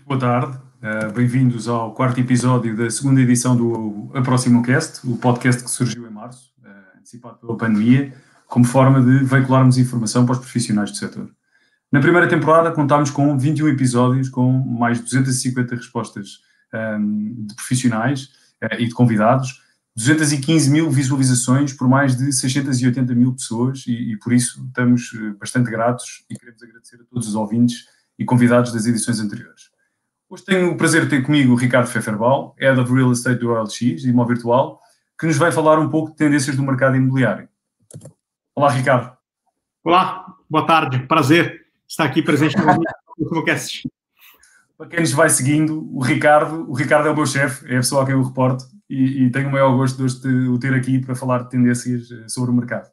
Boa tarde, bem-vindos ao quarto episódio da segunda edição do AproximaCast, o podcast que surgiu em março, antecipado pela pandemia, como forma de veicularmos informação para os profissionais do setor. Na primeira temporada contámos com 21 episódios, com mais de 250 respostas de profissionais e de convidados, 215 mil visualizações por mais de 680 mil pessoas e por isso estamos bastante gratos e queremos agradecer a todos os ouvintes e convidados das edições anteriores. Hoje tenho o prazer de ter comigo o Ricardo Pfefferbal, Head of Real Estate do OLX, Imovirtual, que nos vai falar um pouco de tendências do mercado imobiliário. Olá, Ricardo. Olá, boa tarde. Prazer estar aqui presente no podcast. Para quem nos vai seguindo, o Ricardo é o meu chefe, é a pessoa a quem eu reporto e tenho o maior gosto de o ter aqui para falar de tendências sobre o mercado.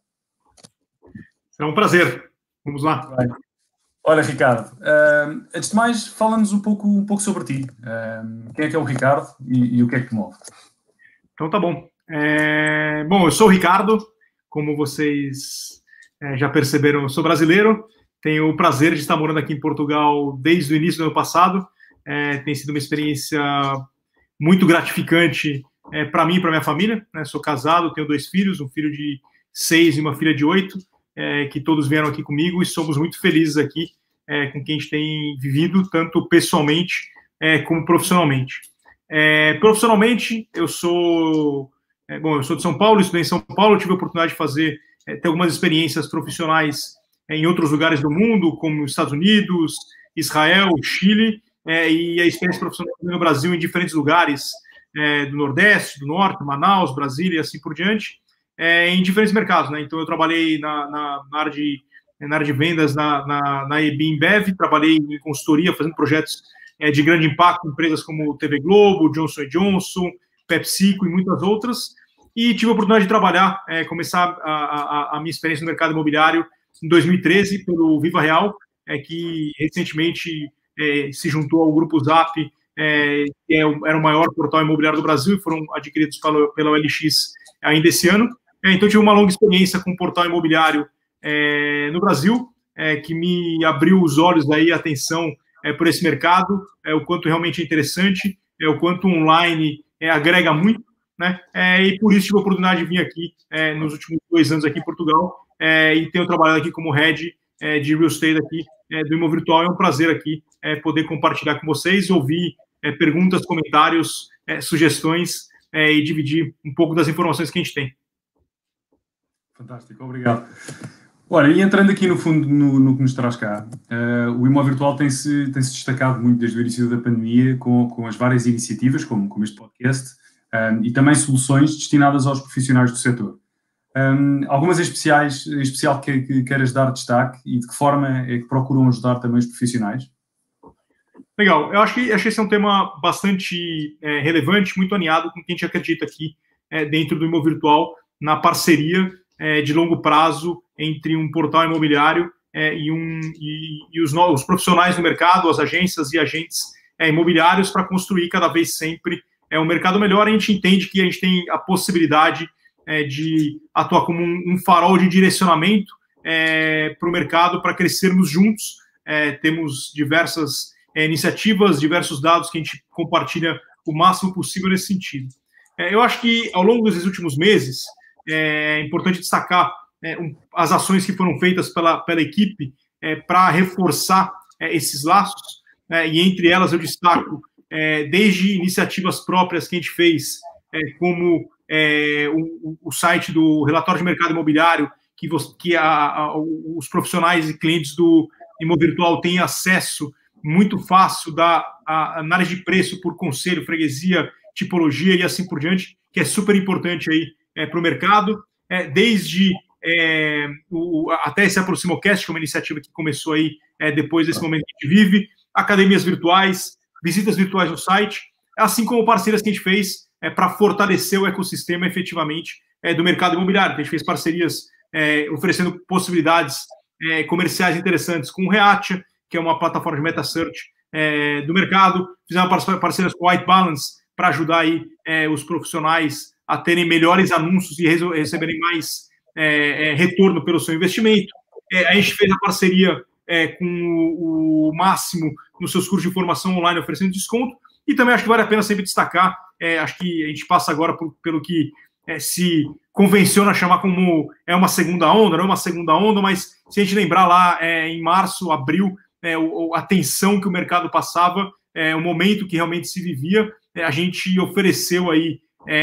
É um prazer. Vamos lá. Vai. Olha, Ricardo, antes de mais, fala-nos um pouco sobre ti. Quem é que é o Ricardo e o que é que te move? Então tá bom. Bom, eu sou o Ricardo, como vocês já perceberam, eu sou brasileiro, tenho o prazer de estar morando aqui em Portugal desde o início do ano passado. Tem sido uma experiência muito gratificante para mim e para minha família. Sou casado, tenho 2 filhos, um filho de 6 e uma filha de 8. Que todos vieram aqui comigo e somos muito felizes aqui com quem a gente tem vivido, tanto pessoalmente como profissionalmente. Profissionalmente, eu sou de São Paulo, estudei em São Paulo, tive a oportunidade de ter algumas experiências profissionais em outros lugares do mundo, como Estados Unidos, Israel, Chile, e a experiência profissional no Brasil em diferentes lugares, do Nordeste, do Norte, Manaus, Brasília e assim por diante. Em diferentes mercados, né? Então eu trabalhei na área de vendas na EB InBev, trabalhei em consultoria fazendo projetos de grande impacto em empresas como TV Globo, Johnson & Johnson, PepsiCo e muitas outras, e tive a oportunidade de trabalhar, começar a minha experiência no mercado imobiliário em 2013 pelo Viva Real, que recentemente se juntou ao Grupo Zap, que era o maior portal imobiliário do Brasil, e foram adquiridos pela OLX ainda esse ano. Então, tive uma longa experiência com o portal imobiliário no Brasil, que me abriu os olhos daí, a atenção por esse mercado, o quanto realmente é interessante, o quanto online agrega muito, né? E por isso tive a oportunidade de vir aqui nos últimos 2 anos aqui em Portugal e tenho trabalhado aqui como Head de Real Estate aqui do Imovirtual. É um prazer aqui poder compartilhar com vocês, ouvir perguntas, comentários, sugestões e dividir um pouco das informações que a gente tem. Fantástico, obrigado. Olha, e entrando aqui no fundo no que nos traz cá, o Imovirtual tem-se destacado muito desde o início da pandemia com as várias iniciativas, como este podcast, e também soluções destinadas aos profissionais do setor. Algumas em especial que queiras dar destaque e de que forma é que procuram ajudar também os profissionais? Legal, eu acho que esse é um tema bastante relevante, muito alinhado com o que a gente acredita aqui dentro do Imovirtual, na parceria de longo prazo entre um portal imobiliário e os profissionais do mercado, as agências e agentes imobiliários, para construir cada vez sempre um mercado melhor. A gente entende que a gente tem a possibilidade de atuar como um farol de direcionamento para o mercado, para crescermos juntos. Temos diversas iniciativas, diversos dados que a gente compartilha o máximo possível nesse sentido. Eu acho que ao longo desses últimos meses é importante destacar as ações que foram feitas pela equipe para reforçar esses laços, e entre elas eu destaco desde iniciativas próprias que a gente fez, como o site do Relatório de Mercado Imobiliário, que os profissionais e clientes do Imovirtual têm acesso muito fácil da análise de preço por conselho, freguesia, tipologia e assim por diante, que é super importante aí para o mercado, desde até esse AproximaCast, que é uma iniciativa que começou aí depois desse momento que a gente vive, academias virtuais, visitas virtuais no site, assim como parcerias que a gente fez para fortalecer o ecossistema efetivamente do mercado imobiliário. A gente fez parcerias oferecendo possibilidades comerciais interessantes com o Reatia, que é uma plataforma de meta search do mercado. Fizemos parcerias com o White Balance para ajudar aí os profissionais a terem melhores anúncios e receberem mais retorno pelo seu investimento. A gente fez a parceria com o máximo nos seus cursos de formação online, oferecendo desconto. E também acho que vale a pena sempre destacar, acho que a gente passa agora pelo que se convenciona chamar como uma segunda onda, não é uma segunda onda, mas se a gente lembrar lá em março, abril, a tensão que o mercado passava, o momento que realmente se vivia, a gente ofereceu aí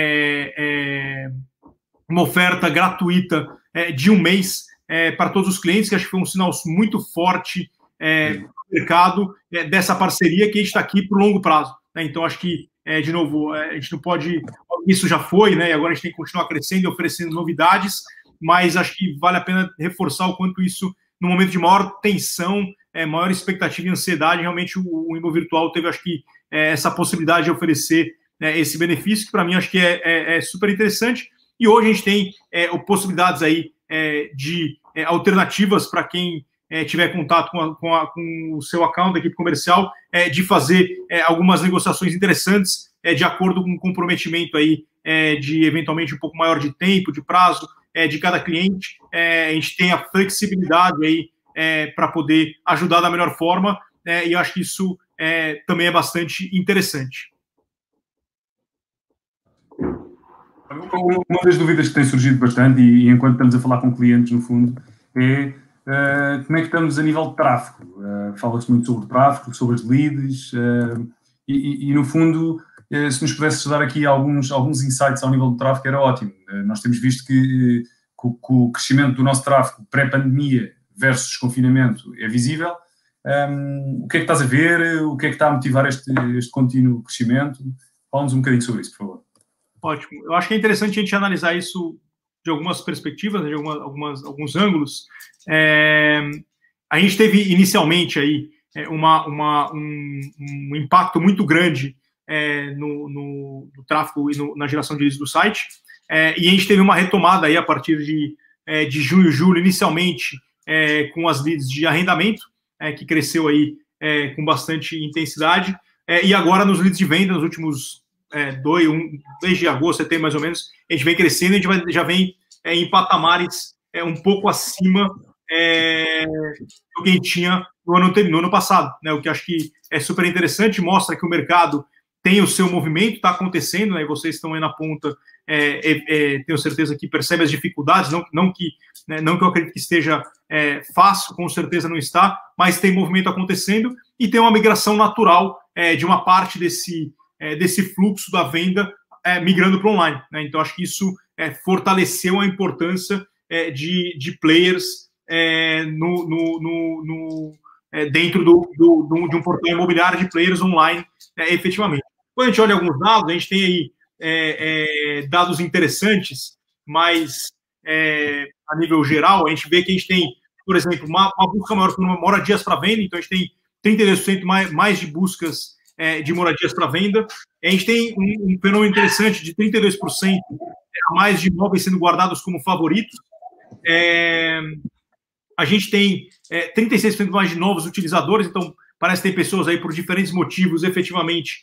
uma oferta gratuita de um mês para todos os clientes, que acho que foi um sinal muito forte do mercado, dessa parceria que a gente está aqui para o longo prazo. Né? Então, acho que, de novo, a gente não pode... Isso já foi, né? E agora a gente tem que continuar crescendo e oferecendo novidades, mas acho que vale a pena reforçar o quanto isso, no momento de maior tensão, maior expectativa e ansiedade, realmente o Immo Virtual teve, acho que, essa possibilidade de oferecer esse benefício, que para mim acho que é super interessante. E hoje a gente tem possibilidades aí de alternativas para quem tiver contato com o seu account da equipe comercial, de fazer algumas negociações interessantes de acordo com o comprometimento aí de eventualmente um pouco maior de tempo, de prazo de cada cliente. A gente tem a flexibilidade aí para poder ajudar da melhor forma, e eu acho que isso também é bastante interessante. Uma das dúvidas que tem surgido bastante, e enquanto estamos a falar com clientes, no fundo, é como é que estamos a nível de tráfego. Fala-se muito sobre tráfego, sobre as leads, e no fundo, se nos pudesses dar aqui alguns insights ao nível do tráfego, era ótimo. Nós temos visto que o crescimento do nosso tráfego pré-pandemia versus confinamento é visível. O que é que estás a ver? O que é que está a motivar este contínuo crescimento? Fala-nos um bocadinho sobre isso, por favor. Ótimo. Eu acho que é interessante a gente analisar isso de algumas perspectivas, de alguns ângulos. A gente teve inicialmente aí um impacto muito grande no tráfego e na geração de leads do site, e a gente teve uma retomada aí a partir de junho, julho, inicialmente com as leads de arrendamento, que cresceu aí com bastante intensidade, e agora nos leads de venda, nos últimos desde agosto, setembro mais ou menos, a gente vem crescendo, a gente já vem em patamares um pouco acima do que a gente tinha no ano passado, né? O que acho que é super interessante, mostra que o mercado tem o seu movimento, está acontecendo, né? E vocês estão aí na ponta, tenho certeza que percebem as dificuldades, não que eu acredito que esteja fácil, com certeza não está, mas tem movimento acontecendo e tem uma migração natural de uma parte desse fluxo da venda migrando para online, né? Então, acho que isso fortaleceu a importância de players dentro de um portal imobiliário de players online, efetivamente. Quando a gente olha alguns dados, a gente tem aí dados interessantes, mas a nível geral, a gente vê que a gente tem, por exemplo, uma busca maior por moradias para venda, então a gente tem 32% mais de buscas de moradias para venda. A gente tem um fenômeno interessante de 32% a mais de imóveis sendo guardados como favoritos. A gente tem 36% mais de novos utilizadores, então parece ter pessoas aí por diferentes motivos, efetivamente,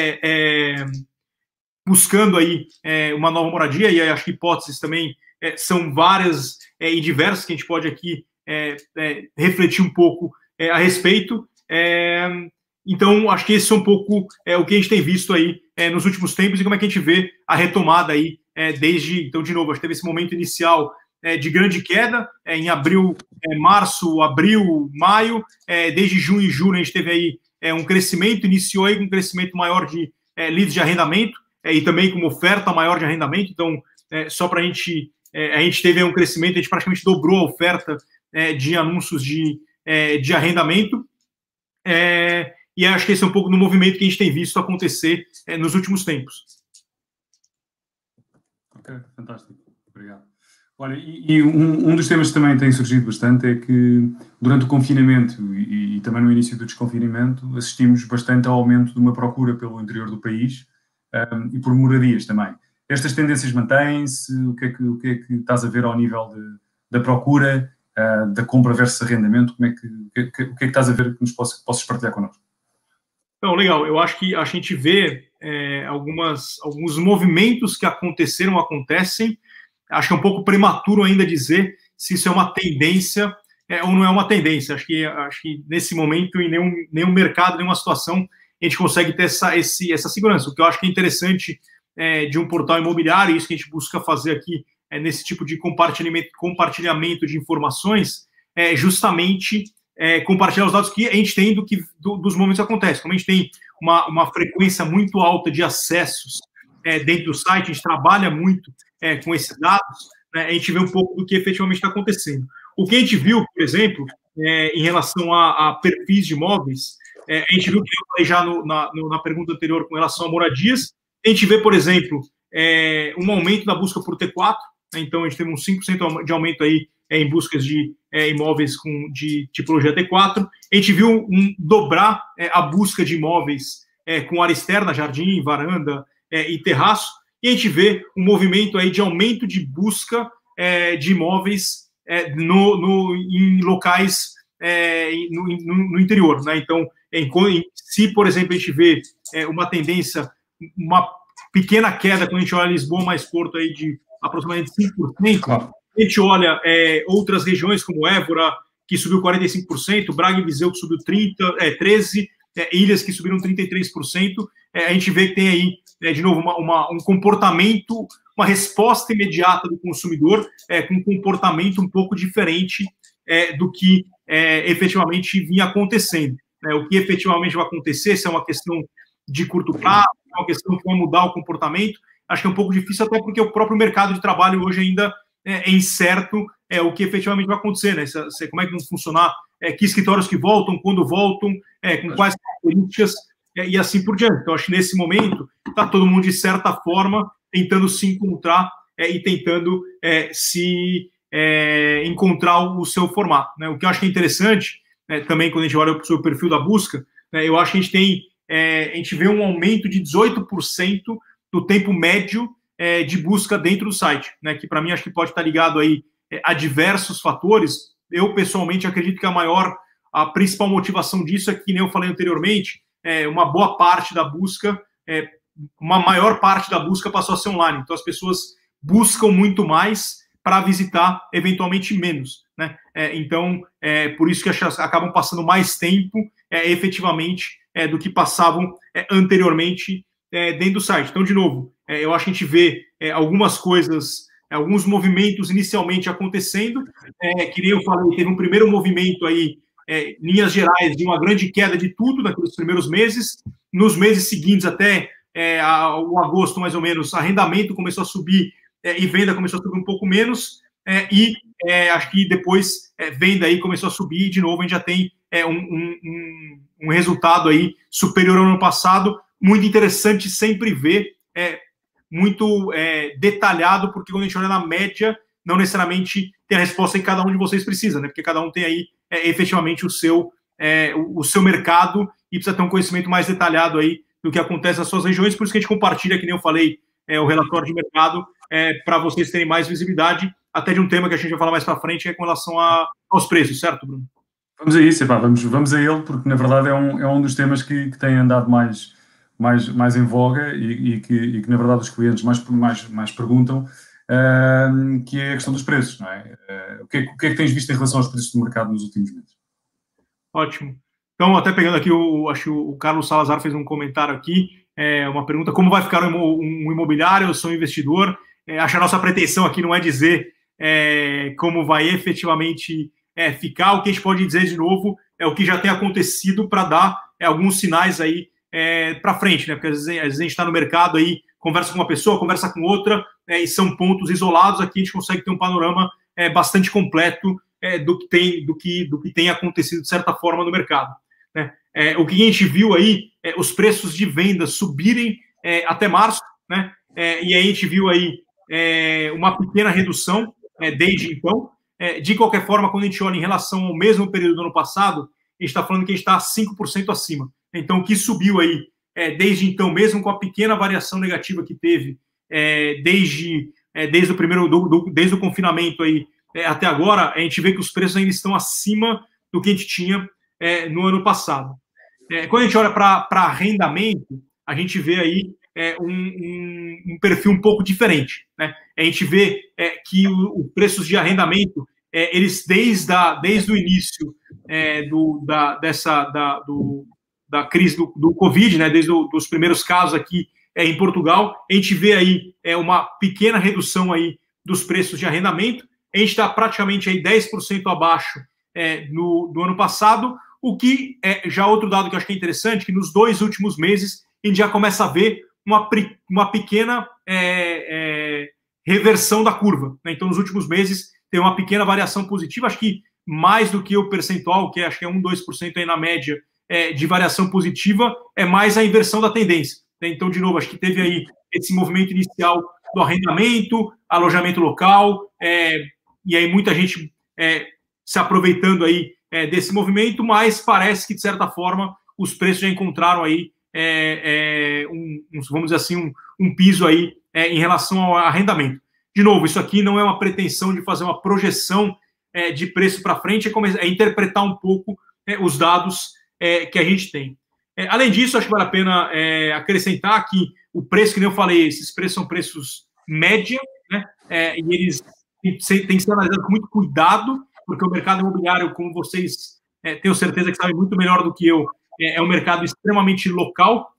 buscando aí uma nova moradia, e acho que hipóteses também são várias e diversas, que a gente pode aqui refletir um pouco a respeito. Então, acho que esse é um pouco o que a gente tem visto aí nos últimos tempos e como é que a gente vê a retomada aí então, de novo, acho que teve esse momento inicial de grande queda em março, abril, maio, desde junho e julho a gente teve aí um crescimento, iniciou aí com um crescimento maior de leads de arrendamento e também com uma oferta maior de arrendamento, então, só para a gente teve aí um crescimento, a gente praticamente dobrou a oferta de anúncios de arrendamento, e acho que esse é um pouco do movimento que a gente tem visto acontecer nos últimos tempos. Ok, fantástico. Obrigado. Olha, e um dos temas que também tem surgido bastante é que durante o confinamento e também no início do desconfinamento assistimos bastante ao aumento de uma procura pelo interior do país e por moradias também. Estas tendências mantêm-se? O que é que estás a ver ao nível da procura, da compra versus arrendamento? O que é que estás a ver que nos possas partilhar connosco? Então, legal. Eu acho que a gente vê alguns movimentos que acontecem. Acho que é um pouco prematuro ainda dizer se isso é uma tendência ou não é uma tendência. Acho que nesse momento, em nenhum mercado, nenhuma situação, a gente consegue ter essa segurança. O que eu acho que é interessante de um portal imobiliário, isso que a gente busca fazer aqui nesse tipo de compartilhamento de informações, é justamente compartilhar os dados que a gente tem dos momentos que acontecem. Como a gente tem uma frequência muito alta de acessos dentro do site, a gente trabalha muito com esses dados, né, a gente vê um pouco do que efetivamente está acontecendo. O que a gente viu, por exemplo, em relação a perfis de imóveis, a gente viu, que eu falei já na pergunta anterior com relação a moradias, a gente vê, por exemplo, um aumento da busca por T4, né, então a gente teve um 5% de aumento aí em buscas de imóveis de tipologia T4. A gente viu dobrar a busca de imóveis com área externa, jardim, varanda e terraço, e a gente vê um movimento aí de aumento de busca de imóveis em locais no interior, né? Então, se, por exemplo, a gente vê uma tendência, uma pequena queda quando a gente olha Lisboa mais Porto aí de aproximadamente 5%, a gente olha outras regiões como Évora, que subiu 45%, Braga e Viseu, que subiu 13%, ilhas que subiram 33%, a gente vê que tem aí, de novo, um comportamento, uma resposta imediata do consumidor, com um comportamento um pouco diferente do que efetivamente vinha acontecendo. O que efetivamente vai acontecer, se é uma questão de curto prazo, é uma questão que vai mudar o comportamento, acho que é um pouco difícil, até porque o próprio mercado de trabalho hoje ainda é incerto o que efetivamente vai acontecer, né? Como é que vão funcionar, que escritórios que voltam, quando voltam, com quais características, e assim por diante. Então, acho que nesse momento está todo mundo, de certa forma, tentando se encontrar e tentando encontrar o seu formato, né? O que eu acho que é interessante, também quando a gente olha para o seu perfil da busca, eu acho que a gente vê um aumento de 18% do tempo médio de busca dentro do site, né? Que para mim acho que pode estar ligado aí a diversos fatores. Eu, pessoalmente, acredito que a principal motivação disso é que, nem eu falei anteriormente, uma boa parte da busca, uma maior parte da busca passou a ser online. Então, as pessoas buscam muito mais para visitar, eventualmente, menos, né? Então, por isso que acabam passando mais tempo, efetivamente, do que passavam anteriormente dentro do site. Então, de novo, eu acho que a gente vê algumas coisas, alguns movimentos inicialmente acontecendo, que nem eu falei, teve um primeiro movimento aí, linhas gerais, de uma grande queda de tudo naqueles primeiros meses. Nos meses seguintes, até o agosto, mais ou menos, arrendamento começou a subir e venda começou a subir um pouco menos, acho que depois venda aí começou a subir, e de novo a gente já tem um resultado aí superior ao ano passado, muito interessante sempre ver, muito detalhado, porque quando a gente olha na média, não necessariamente tem a resposta que cada um de vocês precisa, né? Porque cada um tem aí efetivamente o seu mercado e precisa ter um conhecimento mais detalhado aí do que acontece nas suas regiões, por isso que a gente compartilha, que nem eu falei, o relatório de mercado, para vocês terem mais visibilidade, até de um tema que a gente vai falar mais para frente, com relação aos preços, certo, Bruno? Vamos a isso, vamos a ele, porque na verdade é um dos temas que tem andado mais em voga e que na verdade os clientes mais perguntam, que é a questão dos preços, não é? O que é que tens visto em relação aos preços do mercado nos últimos meses? Ótimo. Então, até pegando aqui, acho que o Carlos Salazar fez um comentário aqui, uma pergunta: como vai ficar um imobiliário? Eu sou um investidor. Acho que a nossa pretensão aqui não é dizer como vai efetivamente ficar. O que a gente pode dizer, de novo, é o que já tem acontecido, para dar alguns sinais aí para frente, né? Porque às vezes a gente está no mercado aí, conversa com uma pessoa, conversa com outra, e são pontos isolados. Aqui a gente consegue ter um panorama bastante completo do que tem acontecido, de certa forma, no mercado, né? O que a gente viu aí, os preços de venda subirem até março, né? E aí a gente viu aí uma pequena redução desde então. De qualquer forma, quando a gente olha em relação ao mesmo período do ano passado, a gente está falando que a gente está 5% acima. Então, o que subiu aí desde então, mesmo com a pequena variação negativa que teve desde o confinamento aí até agora, a gente vê que os preços ainda estão acima do que a gente tinha no ano passado. Quando a gente olha para arrendamento, a gente vê aí um perfil um pouco diferente, né? A gente vê que os preços de arrendamento eles desde o início da crise do Covid, né, desde os primeiros casos aqui em Portugal, a gente vê aí uma pequena redução aí dos preços de arrendamento. A gente está praticamente aí 10% abaixo do ano passado, o que já outro dado que eu acho que é interessante, que nos 2 últimos meses a gente já começa a ver uma pequena reversão da curva, né? Então, nos últimos meses tem uma pequena variação positiva, acho que mais do que o percentual, que acho que é 1, 2% aí na média de variação positiva, é mais a inversão da tendência, né? Então, de novo, acho que teve aí esse movimento inicial do arrendamento, alojamento local, e aí muita gente se aproveitando aí desse movimento, mas parece que, de certa forma, os preços já encontraram aí vamos dizer assim, um piso aí em relação ao arrendamento. De novo, isso aqui não é uma pretensão de fazer uma projeção de preço para frente, é interpretar um pouco os dados que a gente tem. Além disso, acho que vale a pena acrescentar que o preço, que nem eu falei, esses preços são preços média, né? E eles têm que ser analisados com muito cuidado, porque o mercado imobiliário, como vocês tenho certeza que sabem muito melhor do que eu, é um mercado extremamente local.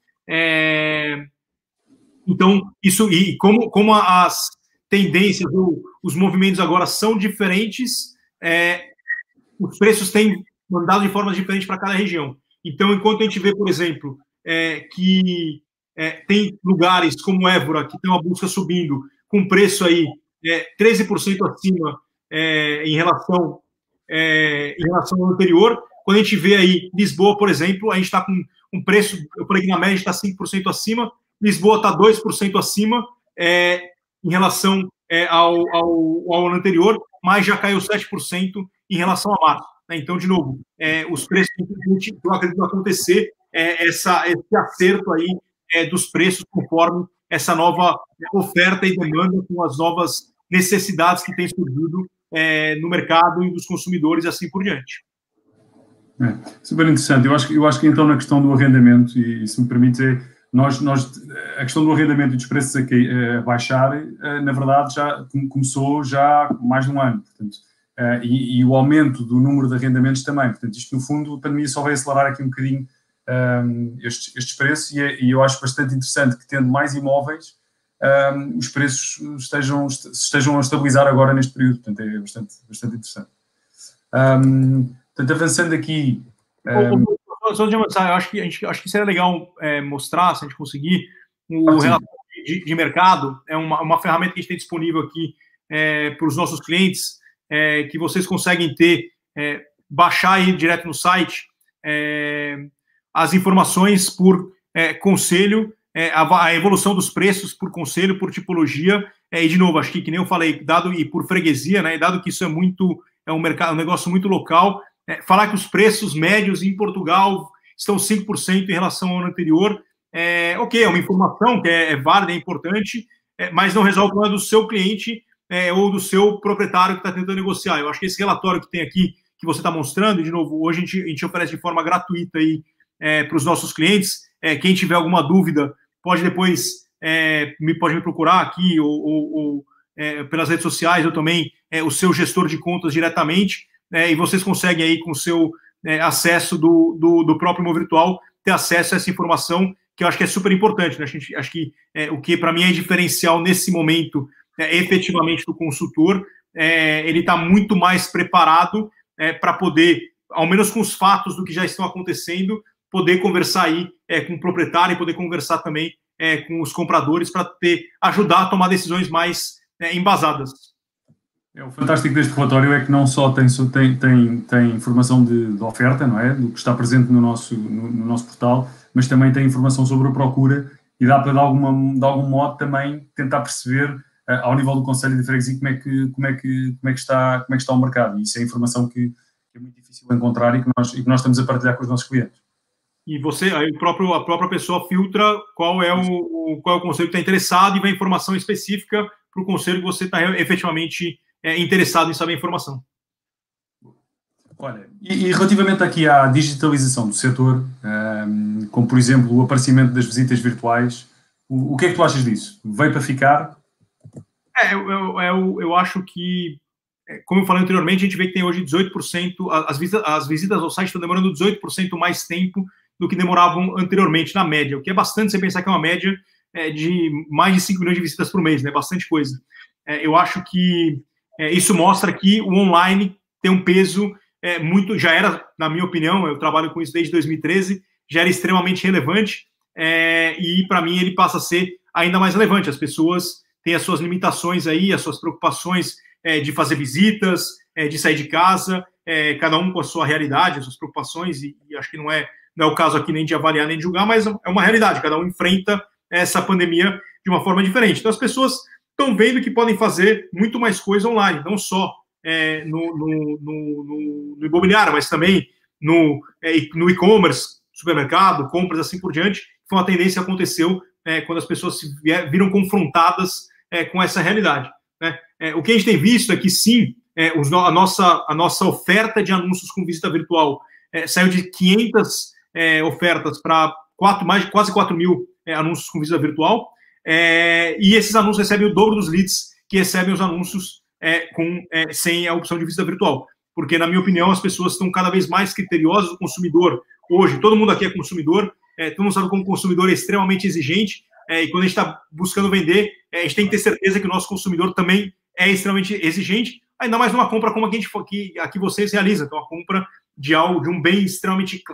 Então, isso, e como as tendências, os movimentos agora são diferentes, os preços têm andado de forma diferente para cada região. Então, enquanto a gente vê, por exemplo, que tem lugares como Évora, que tem uma busca subindo, com preço aí 13% acima em relação ao anterior. Quando a gente vê aí Lisboa, por exemplo, a gente está com um preço, eu falei que na média está 5% acima, Lisboa está 2% acima em relação ao ano anterior, mas já caiu 7% em relação a março, né? Então, de novo, os preços que eu acredito que vai acontecer esse acerto aí dos preços conforme essa nova oferta e demanda com as novas necessidades que têm surgido no mercado e dos consumidores e assim por diante. Super interessante. Eu acho que então na questão do arrendamento, e se me permite, a questão do arrendamento e dos preços a baixar, na verdade, já começou já há mais de um ano. Portanto, e o aumento do número de arrendamentos também. Portanto, isto, no fundo, a pandemia só vai acelerar aqui um bocadinho estes preços, e eu acho bastante interessante que, tendo mais imóveis, os preços estejam a estabilizar agora neste período. Portanto, é bastante interessante. Portanto, avançando aqui... Só de avançar, eu acho que seria legal mostrar, se a gente conseguir, o relatório de mercado. É uma ferramenta que a gente tem disponível aqui para os nossos clientes, que vocês conseguem baixar aí direto no site as informações por conselho, a evolução dos preços por conselho, por tipologia, e de novo, acho que nem eu falei, dado e por freguesia, né, dado que isso é um negócio muito local, falar que os preços médios em Portugal estão 5% em relação ao ano anterior, é uma informação que é válida, é importante, mas não resolve o problema do seu cliente ou do seu proprietário que está tentando negociar. Eu acho que esse relatório que tem aqui, que você está mostrando, e de novo, hoje a gente oferece de forma gratuita aí para os nossos clientes. Quem tiver alguma dúvida, pode depois pode me procurar aqui ou pelas redes sociais, eu também, o seu gestor de contas diretamente, e vocês conseguem aí, com o seu acesso do próprio Imóvel Virtual, ter acesso a essa informação, que eu acho que é super importante, né? Acho que o que para mim é diferencial nesse momento, efetivamente, do consultor, ele está muito mais preparado para poder, ao menos com os fatos do que já estão acontecendo, poder conversar aí com o proprietário e poder conversar também com os compradores para ajudar a tomar decisões mais embasadas. O fantástico deste relatório é que não só tem informação de oferta, não é? Do que está presente no nosso portal, mas também tem informação sobre a procura e dá para, de algum modo, também tentar perceber, ao nível do Conselho de Freguesia, como é que está o mercado. E isso é informação que é muito difícil de encontrar e que nós estamos a partilhar com os nossos clientes. E a própria pessoa filtra qual é o conselho que está interessado e vai informação específica para o conselho que você está efetivamente interessado em saber a informação. Olha, e relativamente aqui à digitalização do setor, como por exemplo o aparecimento das visitas virtuais, o que é que tu achas disso? Veio para ficar? Eu acho que como eu falei anteriormente, a gente vê que tem hoje 18%, as visitas ao site estão demorando 18% mais tempo do que demoravam anteriormente, na média, o que é bastante, você pensar que é uma média de mais de 5 milhões de visitas por mês, né? Bastante coisa. Eu acho que isso mostra que o online tem um peso muito, já era, na minha opinião, eu trabalho com isso desde 2013, já era extremamente relevante, e para mim ele passa a ser ainda mais relevante. As pessoas têm as suas limitações aí, as suas preocupações de fazer visitas, de sair de casa, cada um com a sua realidade, as suas preocupações, e acho que não é o caso aqui nem de avaliar nem de julgar, mas é uma realidade, cada um enfrenta essa pandemia de uma forma diferente. Então as pessoas estão vendo que podem fazer muito mais coisa online, não só no imobiliário, mas também no e-commerce, supermercado, compras, assim por diante. Foi uma tendência que aconteceu quando as pessoas se viram confrontadas com essa realidade. Né? O que a gente tem visto é que, sim, a nossa oferta de anúncios com visita virtual saiu de 500 ofertas para quase 4 mil anúncios com visita virtual, e esses anúncios recebem o dobro dos leads que recebem os anúncios sem a opção de visita virtual. Porque, na minha opinião, as pessoas estão cada vez mais criteriosas. O consumidor, hoje, todo mundo aqui é consumidor, todo mundo sabe como o consumidor é extremamente exigente, e quando a gente está buscando vender, a gente tem que ter certeza que o nosso consumidor também é extremamente exigente, ainda mais numa compra como a que vocês realizam, então, uma compra de um bem extremamente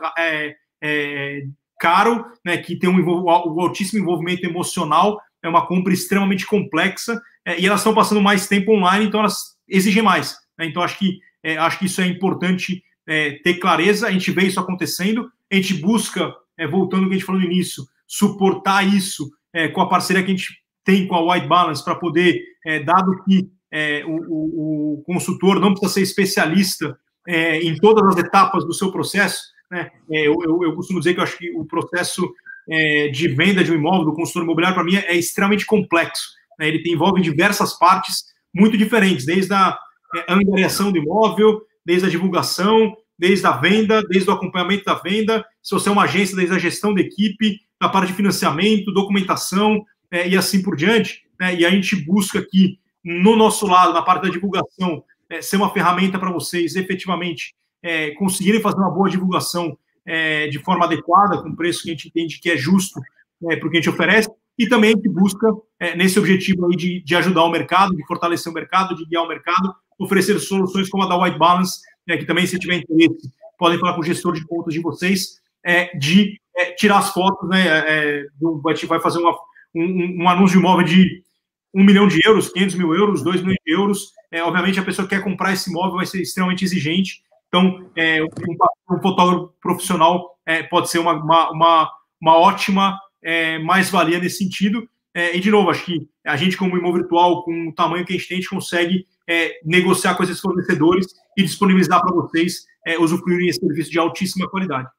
caro, né, que tem um altíssimo envolvimento emocional, é uma compra extremamente complexa, e elas estão passando mais tempo online, então elas exigem mais. Né? Então, acho que isso é importante ter clareza. A gente vê isso acontecendo, a gente busca, voltando ao que a gente falou no início, suportar isso com a parceria que a gente tem com a White Balance, para poder, dado que o consultor não precisa ser especialista em todas as etapas do seu processo, né? Eu costumo dizer que eu acho que o processo de venda de um imóvel do consultor imobiliário, para mim, é extremamente complexo. Né? Ele envolve diversas partes muito diferentes, desde a angariação do imóvel, desde a divulgação, desde a venda, desde o acompanhamento da venda, se você é uma agência, desde a gestão da equipe, da parte de financiamento, documentação, e assim por diante. Né? E a gente busca aqui, no nosso lado, na parte da divulgação, ser uma ferramenta para vocês, efetivamente, conseguirem fazer uma boa divulgação de forma adequada, com preço que a gente entende que é justo para o que a gente oferece, e também a gente busca, nesse objetivo aí de ajudar o mercado, de fortalecer o mercado, de guiar o mercado, oferecer soluções como a da White Balance, que também, se tiver interesse, podem falar com o gestor de contas de vocês, de tirar as fotos, né, a gente vai fazer um anúncio de imóvel de 1 milhão de euros, 500 mil euros, 2 milhões de euros. Obviamente, a pessoa que quer comprar esse imóvel vai ser extremamente exigente. Então, um fotógrafo profissional pode ser uma ótima mais-valia nesse sentido. E, de novo, acho que a gente, como imóvel virtual, com o tamanho que a gente consegue negociar com esses fornecedores e disponibilizar para vocês usufruírem esse serviço de altíssima qualidade.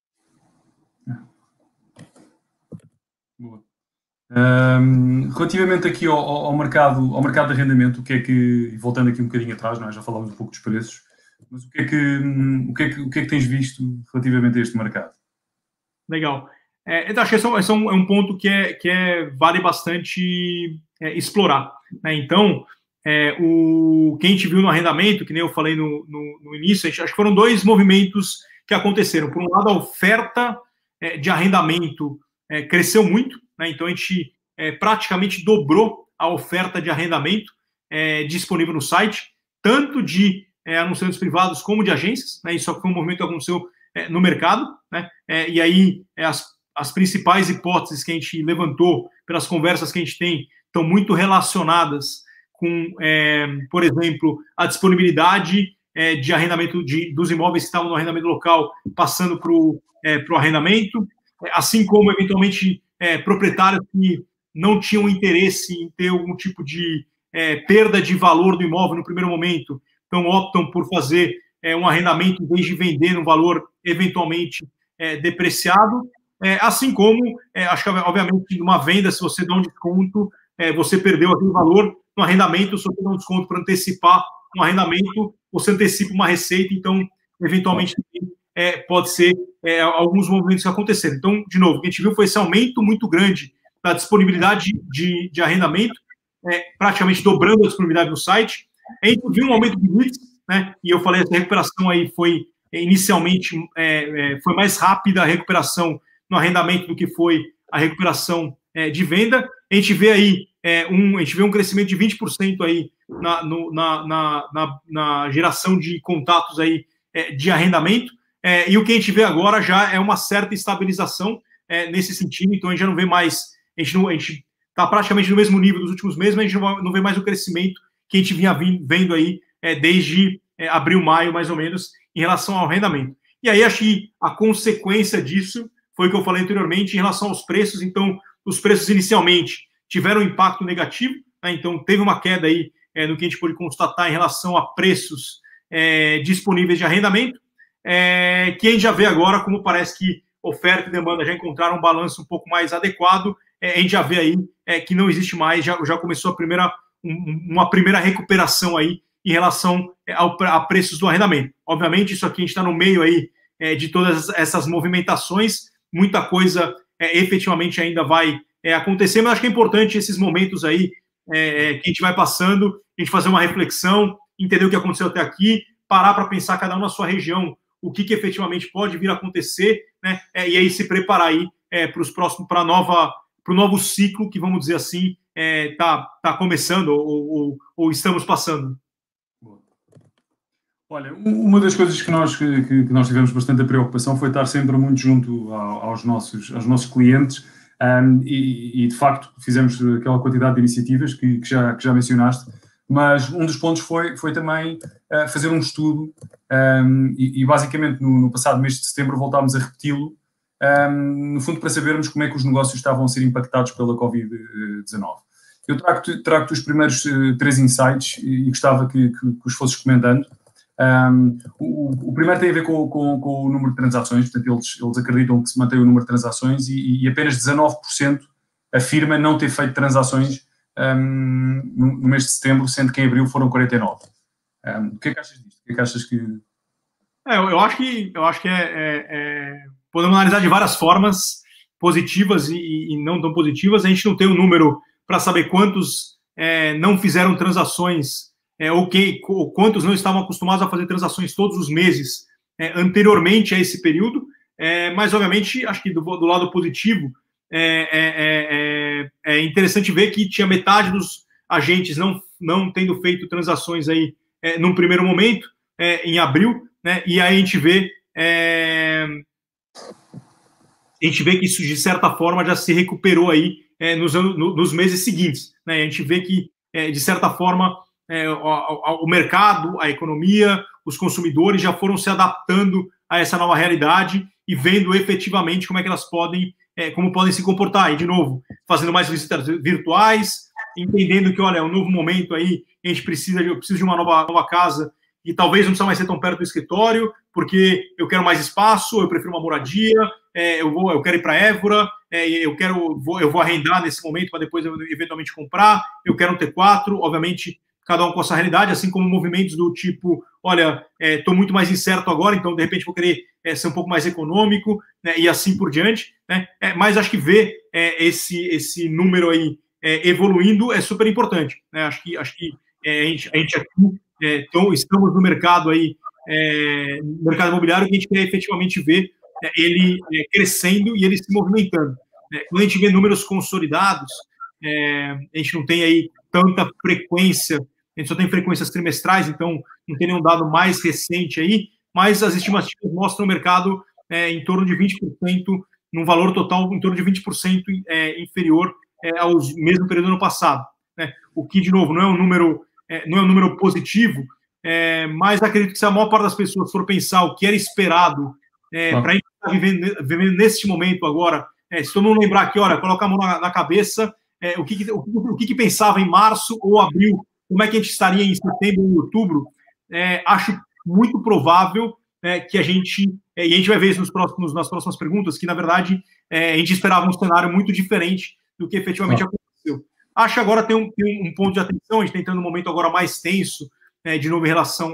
Boa. Relativamente aqui ao mercado de arrendamento, o que é que, voltando aqui um bocadinho atrás, não é? Já falámos um pouco dos preços, mas o que é que tens visto relativamente a este mercado? Legal. Eu acho que esse é um ponto que vale bastante explorar. Né? Então, o que a gente viu no arrendamento, que nem eu falei no início, acho que foram dois movimentos que aconteceram. Por um lado, a oferta de arrendamento cresceu muito, né? Então a gente praticamente dobrou a oferta de arrendamento disponível no site, tanto de anunciantes privados como de agências, né? Isso foi um movimento que aconteceu no mercado, né? E aí as principais hipóteses que a gente levantou pelas conversas que a gente tem estão muito relacionadas com, por exemplo, a disponibilidade de arrendamento dos imóveis que estavam no arrendamento local passando para o arrendamento, assim como, eventualmente, proprietários que não tinham interesse em ter algum tipo de perda de valor do imóvel no primeiro momento, então optam por fazer um arrendamento em vez de vender num valor eventualmente depreciado, assim como, acho que, obviamente, numa venda, se você dá um desconto, você perdeu aquele valor. No arrendamento, se você dá um desconto para antecipar um arrendamento, você antecipa uma receita, então, eventualmente, pode ser alguns movimentos que aconteceram. Então, de novo, o que a gente viu foi esse aumento muito grande da disponibilidade de arrendamento, praticamente dobrando a disponibilidade no site, A gente viu um aumento de blitz, né? E eu falei, essa recuperação aí foi, inicialmente, foi mais rápida a recuperação no arrendamento do que foi a recuperação de venda. A gente vê aí a gente vê um crescimento de 20% aí na geração de contatos aí de arrendamento, e o que a gente vê agora já é uma certa estabilização nesse sentido. Então a gente já não vê mais, a gente está praticamente no mesmo nível dos últimos meses, mas a gente não vê mais o crescimento que a gente vinha vendo aí desde abril, maio, mais ou menos, em relação ao arrendamento. E aí acho que a consequência disso foi o que eu falei anteriormente em relação aos preços. Então, os preços inicialmente tiveram um impacto negativo, né? Então teve uma queda aí no que a gente pôde constatar em relação a preços disponíveis de arrendamento, que a gente já vê agora como parece que oferta e demanda já encontraram um balanço um pouco mais adequado. A gente já vê aí que não existe mais, já começou uma primeira recuperação aí em relação a preços do arrendamento. Obviamente, isso aqui a gente está no meio aí de todas essas movimentações, muita coisa efetivamente ainda vai acontecer, mas acho que é importante esses momentos aí que a gente vai passando, a gente fazer uma reflexão, entender o que aconteceu até aqui, parar para pensar cada um na sua região, o que efetivamente pode vir a acontecer, né? E aí se preparar aí para o novo ciclo que, vamos dizer assim, tá começando ou estamos passando. Olha, uma das coisas que nós tivemos bastante a preocupação foi estar sempre muito junto aos nossos clientes, e de facto fizemos aquela quantidade de iniciativas que já mencionaste, mas um dos pontos foi também fazer um estudo, e basicamente no passado mês de setembro voltámos a repeti-lo, no fundo para sabermos como é que os negócios estavam a ser impactados pela Covid-19. Eu trago-te os primeiros 3 insights e gostava que os fosses comentando. O primeiro tem a ver com o número de transações. Portanto, eles acreditam que se mantém o número de transações e apenas 19% afirma não ter feito transações no mês de setembro, sendo que em abril foram 49%. O que é que achas disto? O que é que achas que... Eu acho que podemos analisar de várias formas, positivas e não tão positivas. A gente não tem um número para saber quantos não fizeram transações, ou quantos não estavam acostumados a fazer transações todos os meses anteriormente a esse período, mas obviamente acho que do lado positivo é interessante ver que tinha metade dos agentes não tendo feito transações aí num primeiro momento, em abril, né? E aí a gente vê que isso de certa forma já se recuperou aí nos meses seguintes, né? A gente vê que de certa forma o mercado, a economia, os consumidores já foram se adaptando a essa nova realidade e vendo efetivamente como é que elas podem se comportar. E, de novo, fazendo mais visitas virtuais, entendendo que, olha, é um novo momento aí, a gente precisa de uma nova casa e talvez não precisa mais ser tão perto do escritório, porque eu quero mais espaço, eu prefiro uma moradia, eu quero ir para Évora, eu vou arrendar nesse momento para depois eu eventualmente comprar, eu quero um T4, obviamente cada um com a sua realidade, assim como movimentos do tipo, olha, estou muito mais incerto agora, então de repente vou querer ser um pouco mais econômico, né, e assim por diante, né? Mas acho que ver esse número aí evoluindo é super importante, né? Acho que a gente aqui estamos no mercado aí, no mercado imobiliário, que a gente quer efetivamente ver ele crescendo e ele se movimentando. Quando a gente vê números consolidados, a gente não tem aí tanta frequência, a gente só tem frequências trimestrais, então não tem nenhum dado mais recente aí, mas as estimativas mostram o mercado em torno de 20%, num valor total em torno de 20% inferior aos mesmo período do ano passado, né? O que, de novo, não é um número positivo, mas acredito que se a maior parte das pessoas for pensar o que era esperado para a gente estar vivendo neste momento agora, se todo mundo lembrar aqui, olha, coloca a mão na cabeça, o que pensava em março ou abril, como é que a gente estaria em setembro ou outubro, acho muito provável que a gente, e a gente vai ver isso nas próximas perguntas, que na verdade a gente esperava um cenário muito diferente do que efetivamente aconteceu. Acho que agora tem um ponto de atenção, a gente está entrando num momento agora mais tenso, de novo em relação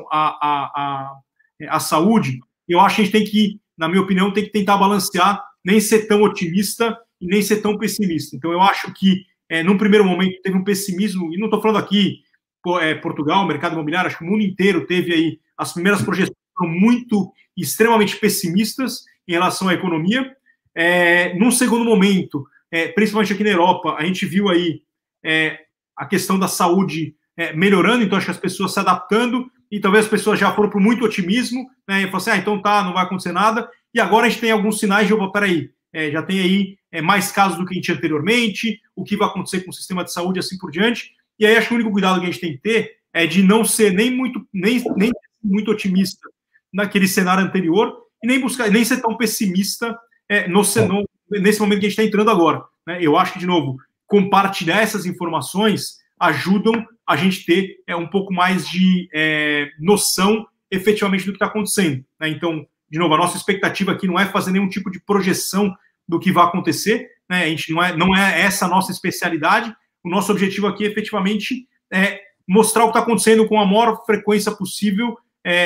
à saúde, e eu acho que a gente tem que, na minha opinião, tem que tentar balancear, nem ser tão otimista e nem ser tão pessimista. Então eu acho que num primeiro momento teve um pessimismo, e não estou falando aqui Portugal, o mercado imobiliário, acho que o mundo inteiro teve aí as primeiras projeções foram extremamente pessimistas em relação à economia. Num segundo momento, principalmente aqui na Europa, a gente viu aí a questão da saúde melhorando, então acho que as pessoas se adaptando, e talvez as pessoas já foram por muito otimismo, né, e falaram assim, então tá, não vai acontecer nada, e agora a gente tem alguns sinais de, peraí, já tem aí mais casos do que a gente tinha anteriormente, o que vai acontecer com o sistema de saúde e assim por diante, e aí acho que o único cuidado que a gente tem que ter é de não ser nem muito otimista naquele cenário anterior, e nem ser tão pessimista nesse momento que a gente está entrando agora. Né? Eu acho que, de novo, compartilhar essas informações ajudam a gente ter um pouco mais de noção efetivamente do que está acontecendo. Né? Então, de novo, a nossa expectativa aqui não é fazer nenhum tipo de projeção do que vai acontecer, né? A gente não é essa a nossa especialidade. O nosso objetivo aqui, efetivamente, é mostrar o que está acontecendo com a maior frequência possível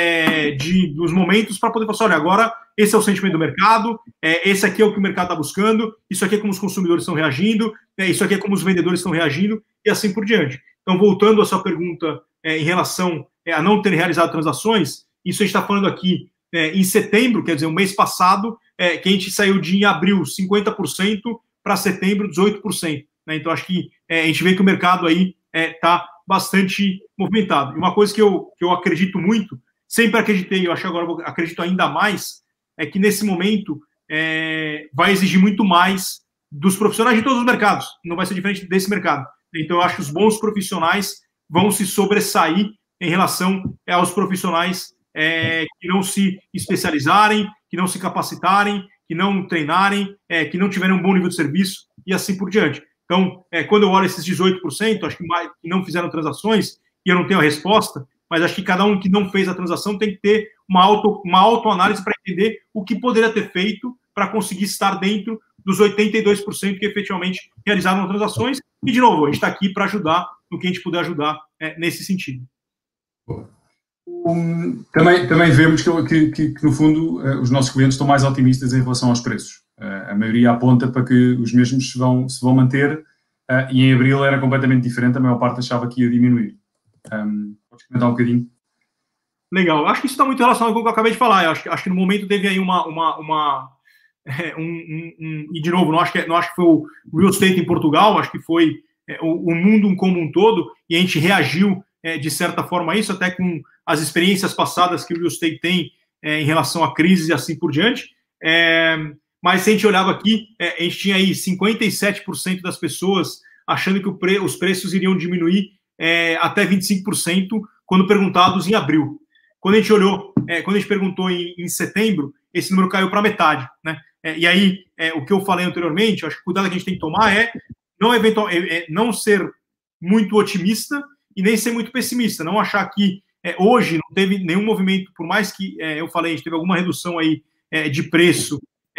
dos momentos para poder falar assim, olha, agora esse é o sentimento do mercado, esse aqui é o que o mercado está buscando, isso aqui é como os consumidores estão reagindo, isso aqui é como os vendedores estão reagindo, e assim por diante. Então, voltando à sua pergunta em relação a não ter realizado transações, isso a gente está falando aqui em setembro, quer dizer, o mês passado, que a gente saiu de em abril 50% para setembro 18%. Né? Então, acho que a gente vê que o mercado aí está bastante movimentado. E uma coisa que eu acredito muito, sempre acreditei, eu acho que agora acredito ainda mais, é que nesse momento vai exigir muito mais dos profissionais de todos os mercados, não vai ser diferente desse mercado. Então, eu acho que os bons profissionais vão se sobressair em relação aos profissionais que não se especializarem, que não se capacitarem, que não treinarem, que não tiverem um bom nível de serviço e assim por diante. Então, quando eu olho esses 18%, acho que não fizeram transações, e eu não tenho a resposta, mas acho que cada um que não fez a transação tem que ter uma autoanálise para entender o que poderia ter feito para conseguir estar dentro dos 82% que efetivamente realizaram transações. E, de novo, a gente está aqui para ajudar no que a gente puder ajudar nesse sentido. Também vemos que, no fundo, os nossos clientes estão mais otimistas em relação aos preços. A maioria aponta para que os mesmos se vão manter, e em abril era completamente diferente, a maior parte achava que ia diminuir. Podes comentar um bocadinho? Legal. Acho que isso está muito relacionado com o que eu acabei de falar. Eu acho que no momento teve aí e, de novo, não acho que foi o real estate em Portugal, acho que foi o mundo como um todo, e a gente reagiu de certa forma a isso, até com as experiências passadas que o real estate tem em relação à crise e assim por diante. Mas se a gente olhava aqui, a gente tinha aí 57% das pessoas achando que os preços iriam diminuir até 25% quando perguntados em abril. Quando a gente olhou, quando a gente perguntou em setembro, esse número caiu para metade, né? E aí, o que eu falei anteriormente, eu acho que o cuidado que a gente tem que tomar não ser muito otimista e nem ser muito pessimista, não achar que hoje não teve nenhum movimento, por mais que eu falei, a gente teve alguma redução aí de preço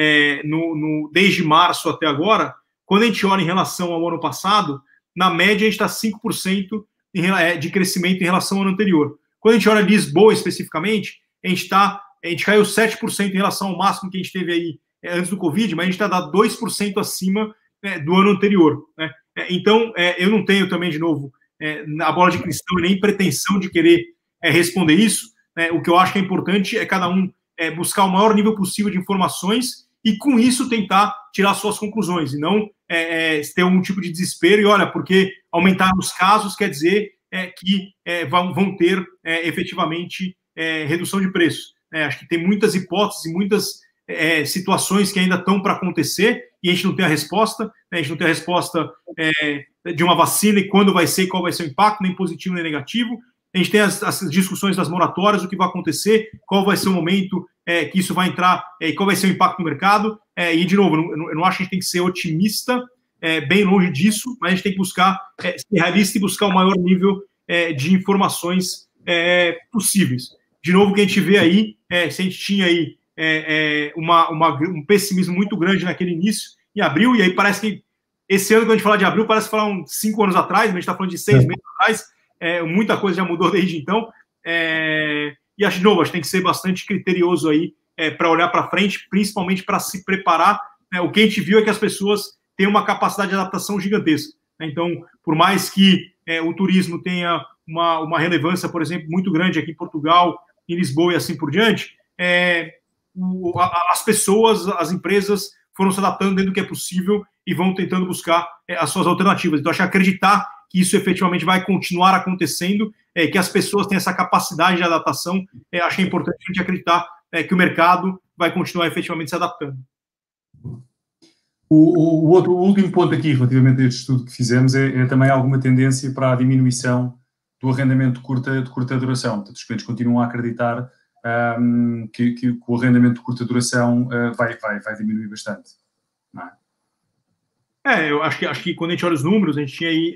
desde março até agora. Quando a gente olha em relação ao ano passado, na média a gente está 5% de crescimento em relação ao ano anterior. Quando a gente olha Lisboa especificamente, a gente caiu 7% em relação ao máximo que a gente teve aí antes do Covid, mas a gente está 2% acima do ano anterior. Né? Então, eu não tenho também, de novo, a bola de cristal e nem pretensão de querer responder isso. O que eu acho que é importante é cada um buscar o maior nível possível de informações e, com isso, tentar tirar suas conclusões, e não ter um tipo de desespero e, olha, porque aumentar os casos quer dizer que vão ter efetivamente redução de preço. Acho que tem muitas hipóteses, muitas situações que ainda estão para acontecer e a gente não tem a resposta. A gente não tem a resposta de uma vacina e quando vai ser, qual vai ser o impacto, nem positivo nem negativo. A gente tem as discussões das moratórias, o que vai acontecer, qual vai ser o momento que isso vai entrar e qual vai ser o impacto no mercado. E, de novo, eu não acho que a gente tem que ser otimista, bem longe disso, mas a gente tem que buscar ser realista e buscar o maior nível de informações possíveis. De novo, o que a gente vê aí, se a gente tinha aí um pessimismo muito grande naquele início, em abril, e aí parece que esse ano, quando a gente fala de abril, parece falar uns 5 anos atrás, mas a gente está falando de 6 meses atrás, muita coisa já mudou desde então, e acho, de novo, acho que tem que ser bastante criterioso aí para olhar para frente, principalmente para se preparar. O que a gente viu é que as pessoas têm uma capacidade de adaptação gigantesca. Então, por mais que o turismo tenha uma relevância, por exemplo, muito grande aqui em Portugal, em Lisboa e assim por diante, as pessoas, as empresas foram se adaptando dentro do que é possível e vão tentando buscar as suas alternativas. Então, acho que acreditar que isso efetivamente vai continuar acontecendo, que as pessoas têm essa capacidade de adaptação, acho que é importante a gente acreditar que o mercado vai continuar efetivamente se adaptando. O último ponto aqui, relativamente a este estudo que fizemos, é também alguma tendência para a diminuição do arrendamento de curta duração. Portanto, os clientes continuam a acreditar que o arrendamento de curta duração vai diminuir bastante. Não é? Eu acho que quando a gente olha os números, a gente tinha aí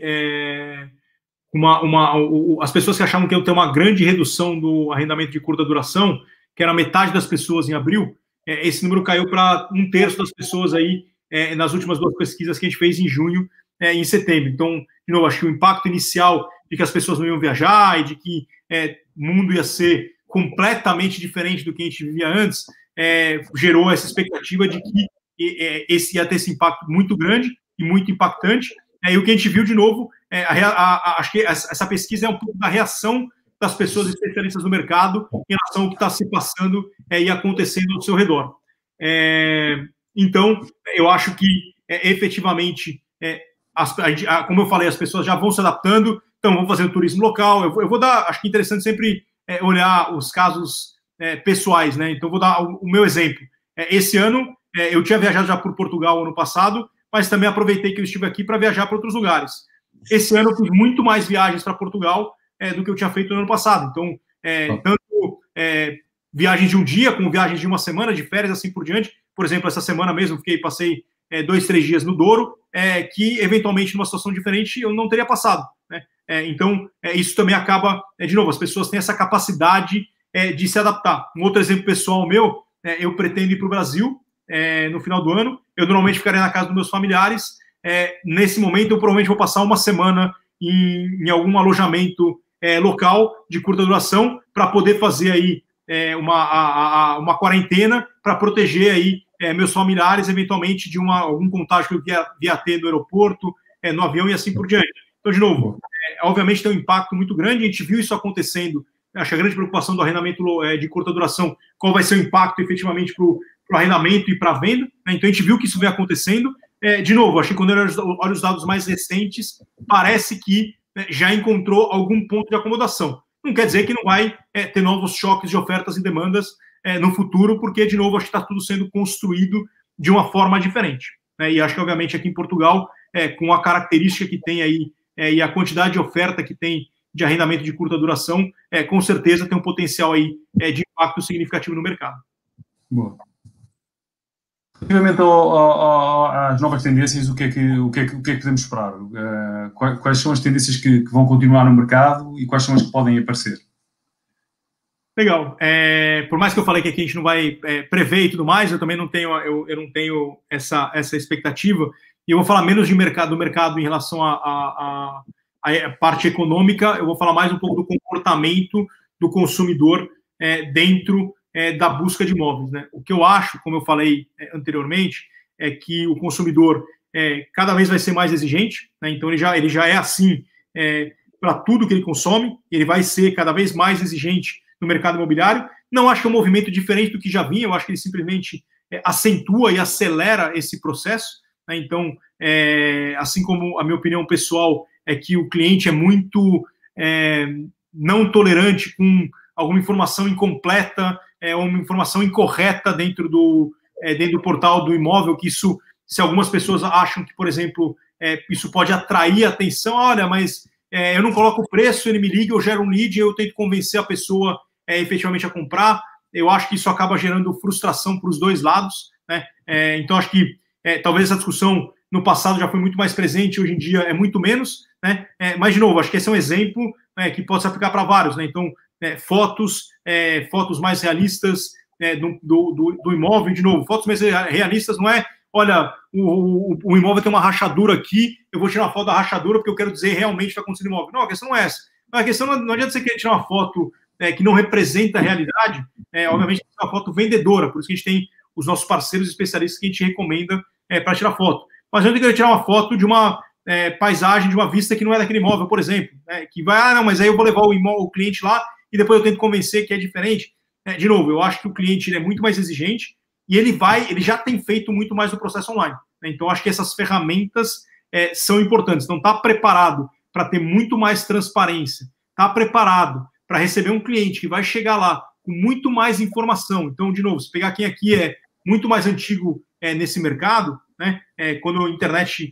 as pessoas que achavam que ia ter uma grande redução do arrendamento de curta duração, que era metade das pessoas em abril, esse número caiu para 1/3 das pessoas aí nas últimas 2 pesquisas que a gente fez em junho e em setembro. Então, de novo, acho que o impacto inicial de que as pessoas não iam viajar e de que o mundo ia ser completamente diferente do que a gente vivia antes, gerou essa expectativa de que esse ia ter esse impacto muito grande e muito impactante. E o que a gente viu, de novo, acho que essa pesquisa é um pouco da reação das pessoas especialistas do mercado em relação ao que está se passando e acontecendo ao seu redor. Então, eu acho que, efetivamente, como eu falei, as pessoas já vão se adaptando, então vão fazer o turismo local. Eu vou dar, acho que é interessante sempre olhar os casos pessoais, né? Então, vou dar o meu exemplo. Esse ano, eu tinha viajado já por Portugal ano passado, mas também aproveitei que eu estive aqui para viajar para outros lugares. Esse ano, eu fiz muito mais viagens para Portugal do que eu tinha feito no ano passado. Então, tanto viagens de um dia, como viagens de uma semana, de férias, assim por diante. Por exemplo, essa semana mesmo, passei 2, 3 dias no Douro, que, eventualmente, numa situação diferente, eu não teria passado, né? Então, isso também acaba, de novo, as pessoas têm essa capacidade de se adaptar. Um outro exemplo pessoal meu, eu pretendo ir para o Brasil no final do ano. Eu normalmente ficarei na casa dos meus familiares. Nesse momento, eu provavelmente vou passar uma semana em algum alojamento local de curta duração para poder fazer aí uma quarentena para proteger aí meus familiares, eventualmente, de algum contágio que eu via ter no aeroporto, no avião e assim por diante. Então, de novo, obviamente tem um impacto muito grande, a gente viu isso acontecendo. Acho que a grande preocupação do arrendamento de curta duração, qual vai ser o impacto efetivamente para o arrendamento e para a venda, né? Então a gente viu que isso vem acontecendo. De novo, acho que quando eu olho os dados mais recentes, parece que já encontrou algum ponto de acomodação. Não quer dizer que não vai ter novos choques de ofertas e demandas no futuro, porque, de novo, acho que está tudo sendo construído de uma forma diferente, né? E acho que, obviamente, aqui em Portugal, com a característica que tem aí e a quantidade de oferta que tem de arrendamento de curta duração, com certeza tem um potencial aí de impacto significativo no mercado. Boa. Relativamente às novas tendências, o que é que podemos esperar? Quais são as tendências que vão continuar no mercado e quais são as que podem aparecer? Legal. Por mais que eu falei que aqui a gente não vai prever e tudo mais, eu também não tenho, eu não tenho essa expectativa. E eu vou falar menos do mercado em relação à parte econômica. Eu vou falar mais um pouco do comportamento do consumidor dentro da busca de imóveis, né? O que eu acho, como eu falei anteriormente, é que o consumidor cada vez vai ser mais exigente, né? Então ele já é assim para tudo que ele consome, ele vai ser cada vez mais exigente no mercado imobiliário. Não acho que é um movimento diferente do que já vinha, eu acho que ele simplesmente acentua e acelera esse processo, né? Então, assim como a minha opinião pessoal é que o cliente é muito não tolerante com alguma informação incompleta, uma informação incorreta dentro do portal do imóvel, que isso, se algumas pessoas acham que, por exemplo, isso pode atrair a atenção, olha, mas eu não coloco o preço, ele me liga, eu gero um lead, eu tento convencer a pessoa efetivamente a comprar. Eu acho que isso acaba gerando frustração para os dois lados, né? Então, acho que talvez essa discussão no passado já foi muito mais presente, hoje em dia é muito menos, né? Mas, de novo, acho que esse é um exemplo que pode se aplicar para vários, né? Então, fotos mais realistas do imóvel, de novo, fotos mais realistas não é, olha, o imóvel tem uma rachadura aqui, eu vou tirar uma foto da rachadura porque eu quero dizer realmente o que está acontecendo no imóvel. Não, a questão não é essa. A questão não adianta você querer tirar uma foto que não representa a realidade, obviamente é uma foto vendedora, por isso que a gente tem os nossos parceiros especialistas que a gente recomenda para tirar foto. Mas eu não quero tirar uma foto de uma paisagem de uma vista que não é daquele imóvel, por exemplo, que vai, não, mas aí eu vou levar o cliente lá e depois eu tento convencer que é diferente. De novo, eu acho que o cliente ele é muito mais exigente e ele já tem feito muito mais o processo online. Então, acho que essas ferramentas são importantes. Então, está preparado para ter muito mais transparência, está preparado para receber um cliente que vai chegar lá com muito mais informação. Então, de novo, se pegar quem aqui é muito mais antigo nesse mercado, né, quando a internet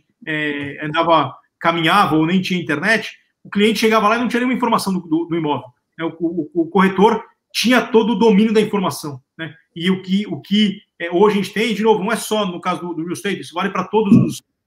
caminhava ou nem tinha internet, o cliente chegava lá e não tinha nenhuma informação do imóvel. O corretor tinha todo o domínio da informação. Né? E o que hoje a gente tem, de novo, não é só no caso do real estate, isso vale para todos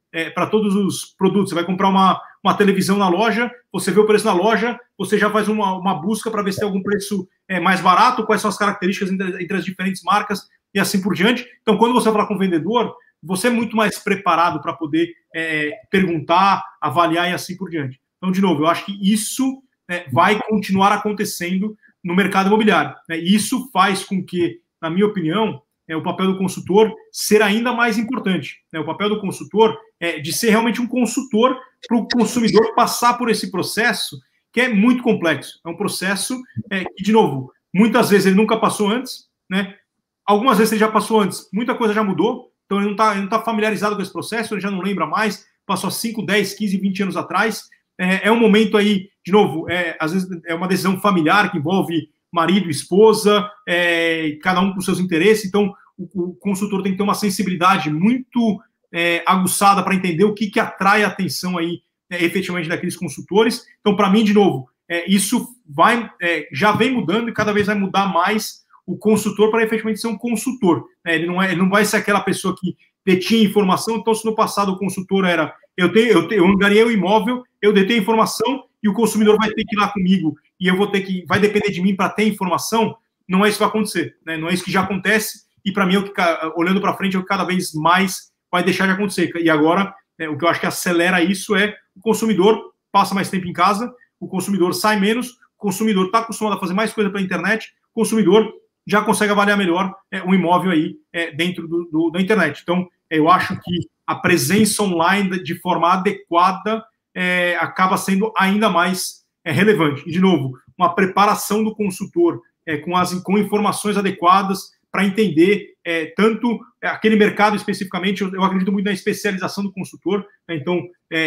os produtos. Você vai comprar uma televisão na loja, você vê o preço na loja, você já faz uma busca para ver se tem algum preço mais barato, quais são as características entre as diferentes marcas e assim por diante. Então, quando você fala com o vendedor, você é muito mais preparado para poder perguntar, avaliar e assim por diante. Então, de novo, eu acho que isso vai continuar acontecendo no mercado imobiliário. E isso faz com que, na minha opinião, o papel do consultor ser ainda mais importante. O papel do consultor é de ser realmente um consultor para o consumidor passar por esse processo que é muito complexo. É um processo que, de novo, muitas vezes ele nunca passou antes, né? Algumas vezes ele já passou antes, muita coisa já mudou, então ele não tá familiarizado com esse processo, ele já não lembra mais, passou 5, 10, 15, 20 anos atrás. É um momento aí, de novo, às vezes é uma decisão familiar que envolve marido, esposa, cada um com seus interesses. Então, o consultor tem que ter uma sensibilidade muito aguçada para entender o que atrai a atenção aí, efetivamente, daqueles consultores. Então, para mim, de novo, isso já vem mudando e cada vez vai mudar mais o consultor para efetivamente ser um consultor. Ele não vai ser aquela pessoa que detinha informação. Então, se no passado o consultor era eu angariei o imóvel, eu detenho informação e o consumidor vai ter que ir lá comigo e vai depender de mim para ter informação, não é isso que vai acontecer, né? Não é isso que já acontece e para mim, olhando para frente, é o que cada vez mais vai deixar de acontecer. E agora, o que eu acho que acelera isso o consumidor passa mais tempo em casa, o consumidor sai menos, o consumidor está acostumado a fazer mais coisa pela internet, o consumidor já consegue avaliar melhor o imóvel aí dentro da internet. Então, eu acho que a presença online de forma adequada acaba sendo ainda mais relevante. E, de novo, uma preparação do consultor com informações adequadas para entender tanto aquele mercado especificamente. Eu acredito muito na especialização do consultor, né? Então,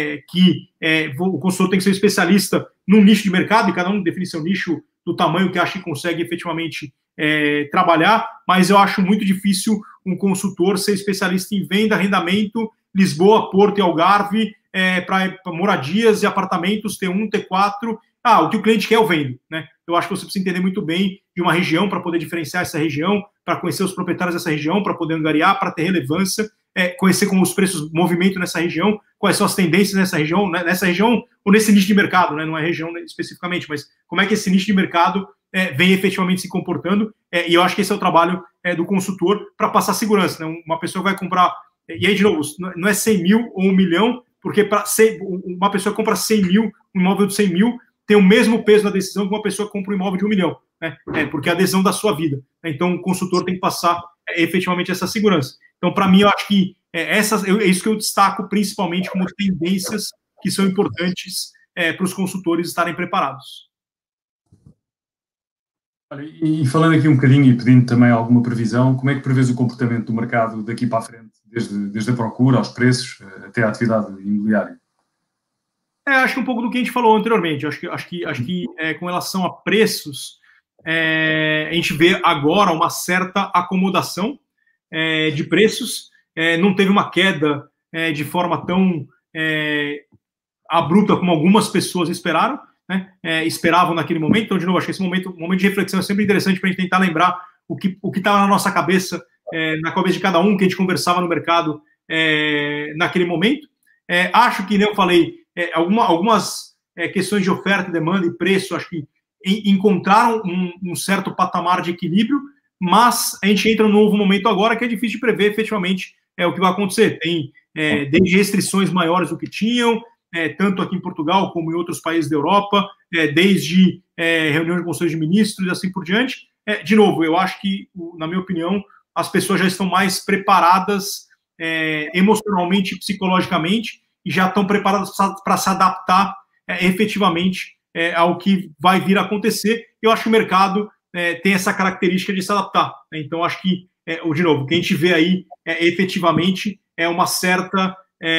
o consultor tem que ser especialista num nicho de mercado, e cada um define seu nicho do tamanho que acha que consegue efetivamente trabalhar, mas eu acho muito difícil um consultor ser especialista em venda, arrendamento, Lisboa, Porto e Algarve, para moradias e apartamentos, T1, T4. O que o cliente quer eu vendo, né? Eu acho que você precisa entender muito bem de uma região para poder diferenciar essa região, para conhecer os proprietários dessa região, para poder angariar, para ter relevância, conhecer como os preços movimentam nessa região, quais são as tendências nessa região, né? Nessa região ou nesse nicho de mercado, né? Não é região especificamente, mas como é que esse nicho de mercado vem efetivamente se comportando, e eu acho que esse é o trabalho do consultor para passar segurança, né? Uma pessoa vai comprar, e aí, de novo, não é 100 mil ou 1 milhão, porque uma pessoa que compra 100 mil, um imóvel de 100 mil, tem o mesmo peso na decisão que uma pessoa que compra um imóvel de 1 milhão, né? Porque é a adesão da sua vida. Então, o consultor tem que passar efetivamente essa segurança. Então, para mim, eu acho que é isso que eu destaco principalmente como tendências que são importantes para os consultores estarem preparados. E falando aqui um bocadinho e pedindo também alguma previsão, como é que prevês o comportamento do mercado daqui para a frente, desde a procura, aos preços, até à atividade imobiliária? Acho que um pouco do que a gente falou anteriormente. Acho que com relação a preços, a gente vê agora uma certa acomodação de preços. Não teve uma queda de forma tão abrupta como algumas pessoas esperaram, né? Esperavam naquele momento. Então, de novo, acho que esse momento de reflexão é sempre interessante para a gente tentar lembrar o que estava na nossa cabeça, na cabeça de cada um, que a gente conversava no mercado naquele momento. Acho que, nem eu falei, algumas questões de oferta, demanda e preço, acho que encontraram um certo patamar de equilíbrio, mas a gente entra num novo momento agora que é difícil de prever efetivamente o que vai acontecer. Tem desde restrições maiores do que tinham, tanto aqui em Portugal como em outros países da Europa, desde reuniões de conselhos de ministros e assim por diante. De novo, eu acho que, na minha opinião, as pessoas já estão mais preparadas emocionalmente e psicologicamente, e já estão preparadas para se adaptar efetivamente ao que vai vir a acontecer. Eu acho que o mercado tem essa característica de se adaptar, né? Então, acho que, de novo, o que a gente vê aí efetivamente é uma certa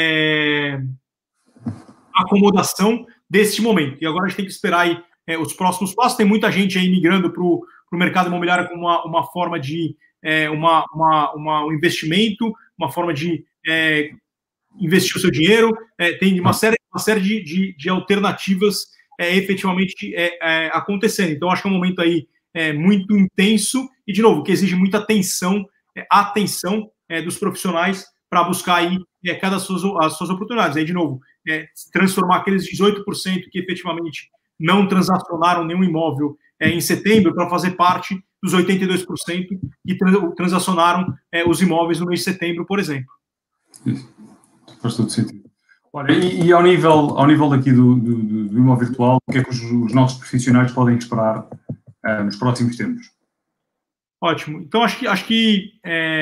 acomodação desse momento. E agora a gente tem que esperar aí os próximos passos. Tem muita gente aí migrando para o mercado imobiliário como uma forma de um investimento, uma forma de investir o seu dinheiro. Tem uma série de alternativas efetivamente acontecendo. Então, acho que é um momento aí muito intenso e, de novo, que exige muita atenção dos profissionais para buscar aí cada as suas oportunidades. Aí, de novo, transformar aqueles 18% que efetivamente não transacionaram nenhum imóvel em setembro para fazer parte dos 82% que transacionaram os imóveis no mês de setembro, por exemplo. Isso. Faz todo sentido. Olha, e ao nível daqui do imóvel virtual, o que é que os nossos profissionais podem esperar nos próximos tempos? Ótimo. Então, acho que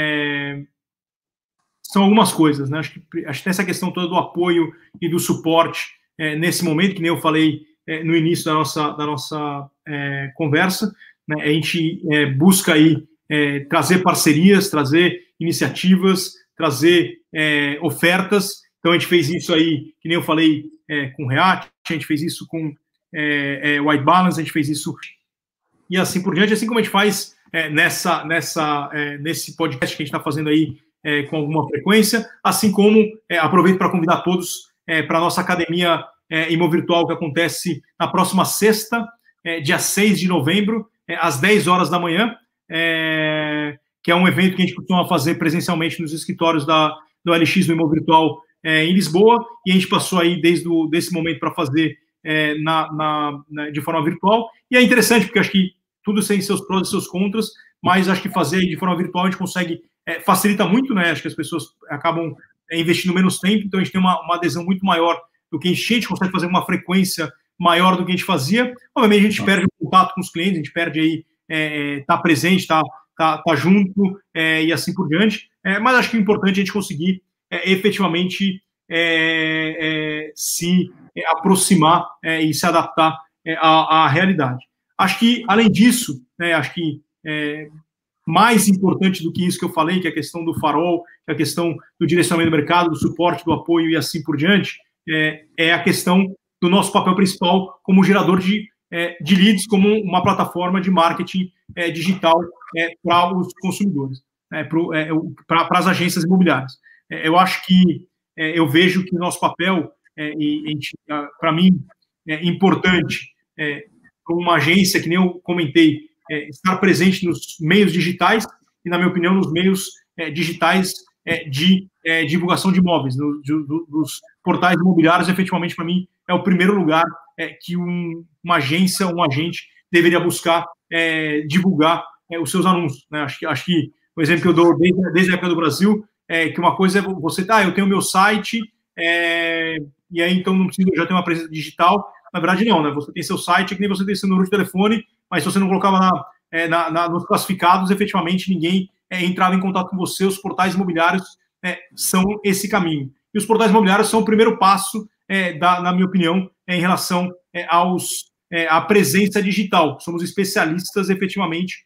são algumas coisas, né? Acho que tem essa questão toda do apoio e do suporte nesse momento, que nem eu falei no início da nossa conversa, né? A gente busca aí trazer parcerias, trazer iniciativas, trazer ofertas. Então, a gente fez isso aí, que nem eu falei, com React, a gente fez isso com White Balance, a gente fez isso e assim por diante, assim como a gente faz nesse podcast que a gente está fazendo aí com alguma frequência, assim como aproveito para convidar todos para a nossa academia Imo Virtual, que acontece na próxima sexta, dia 6 de novembro, às 10 horas da manhã, que é um evento que a gente costuma fazer presencialmente nos escritórios do LX do Imo Virtual em Lisboa, e a gente passou aí desde esse momento para fazer de forma virtual, e é interessante porque acho que tudo tem seus prós e seus contras, mas acho que fazer de forma virtual a gente consegue, facilita muito, né? Acho que as pessoas acabam investindo menos tempo, então a gente tem uma adesão muito maior do que a gente consegue fazer uma frequência maior do que a gente fazia. Obviamente a gente perde o contato com os clientes, a gente perde aí, tá presente, tá junto e assim por diante, mas acho que é importante a gente conseguir efetivamente se aproximar e se adaptar à realidade. Acho que, além disso, né, acho que mais importante do que isso que eu falei, que é a questão do farol, que é a questão do direcionamento do mercado, do suporte, do apoio e assim por diante, é a questão do nosso papel principal como gerador de leads, como uma plataforma de marketing digital para os consumidores, para as agências imobiliárias. Eu acho que eu vejo que o nosso papel, para mim, é importante para uma agência, que nem eu comentei, estar presente nos meios digitais e, na minha opinião, nos meios digitais de divulgação de imóveis, dos portais imobiliários. Efetivamente, para mim, é o primeiro lugar que uma agência, um agente deveria buscar divulgar os seus anúncios, né? Acho que o exemplo que eu dou desde a época do Brasil que uma coisa é você, eu tenho o meu site, e aí então não preciso, já tenho uma presença digital. Na verdade, não, né? Você tem seu site, é que nem você tem seu número de telefone, mas se você não colocava nos classificados, efetivamente ninguém entrava em contato com você. Os portais imobiliários são esse caminho. E os portais imobiliários são o primeiro passo, na minha opinião, em relação à presença digital. Somos especialistas, efetivamente,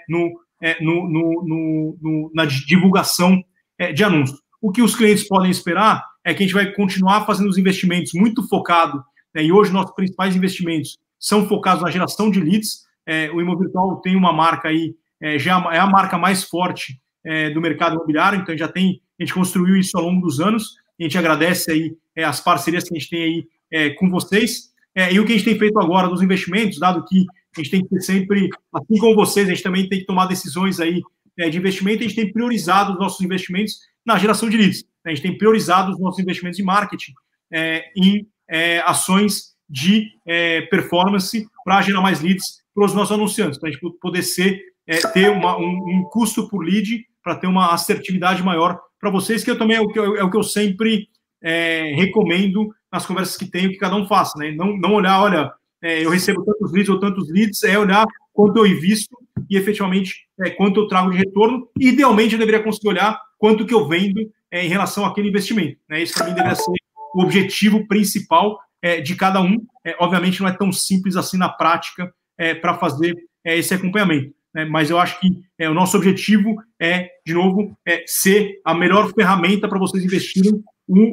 na divulgação de anúncios. O que os clientes podem esperar é que a gente vai continuar fazendo os investimentos muito focado, e hoje nossos principais investimentos são focados na geração de leads. O Imo Virtual tem uma marca aí, já é a marca mais forte do mercado imobiliário, então a gente construiu isso ao longo dos anos. A gente agradece aí as parcerias que a gente tem aí com vocês. E o que a gente tem feito agora dos investimentos, dado que a gente tem que ter sempre, assim como vocês, a gente também tem que tomar decisões aí de investimento, a gente tem priorizado os nossos investimentos na geração de leads. A gente tem priorizado os nossos investimentos em marketing em ações de performance para gerar mais leads para os nossos anunciantes, para a gente poder ter um custo por lead, para ter uma assertividade maior para vocês, que eu também é o que eu sempre recomendo nas conversas que tenho, que cada um faça, né? Não olhar, olha, eu recebo tantos leads ou tantos leads, olhar quanto eu invisto e efetivamente quanto eu trago de retorno. Idealmente eu deveria conseguir olhar quanto que eu vendo em relação àquele investimento, né? Isso para mim deveria ser o objetivo principal de cada um. Obviamente não é tão simples assim na prática para fazer esse acompanhamento, né? Mas eu acho que o nosso objetivo de novo, ser a melhor ferramenta para vocês investirem